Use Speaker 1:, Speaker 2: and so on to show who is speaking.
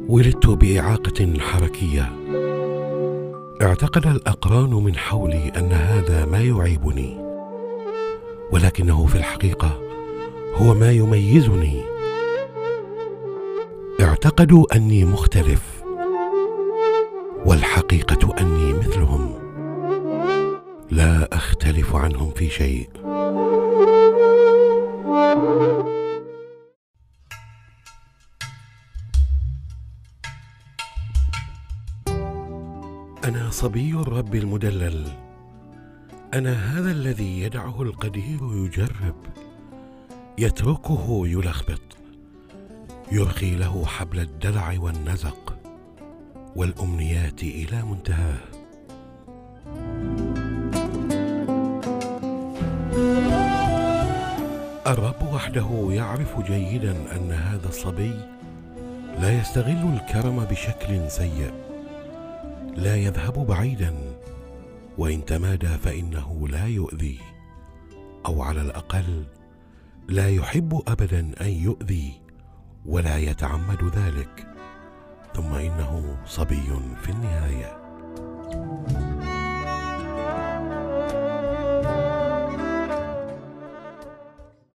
Speaker 1: ولدت بإعاقة حركية. اعتقد الأقران من حولي أن هذا ما يعيبني، ولكنه في الحقيقة هو ما يميزني. اعتقدوا أني مختلف، والحقيقة أني مثلهم، لا أختلف عنهم في شيء. أنا صبي الرب المدلل، أنا هذا الذي يدعه القدير يجرب، يتركه يلخبط، يرخي له حبل الدلع والنزق والأمنيات إلى منتهاه. الرب وحده يعرف جيدا أن هذا الصبي لا يستغل الكرم بشكل سيء، لا يذهب بعيدا، وإن تمادى فإنه لا يؤذي، أو على الأقل لا يحب أبدا أن يؤذي ولا يتعمد ذلك. ثم إنه صبي في النهاية.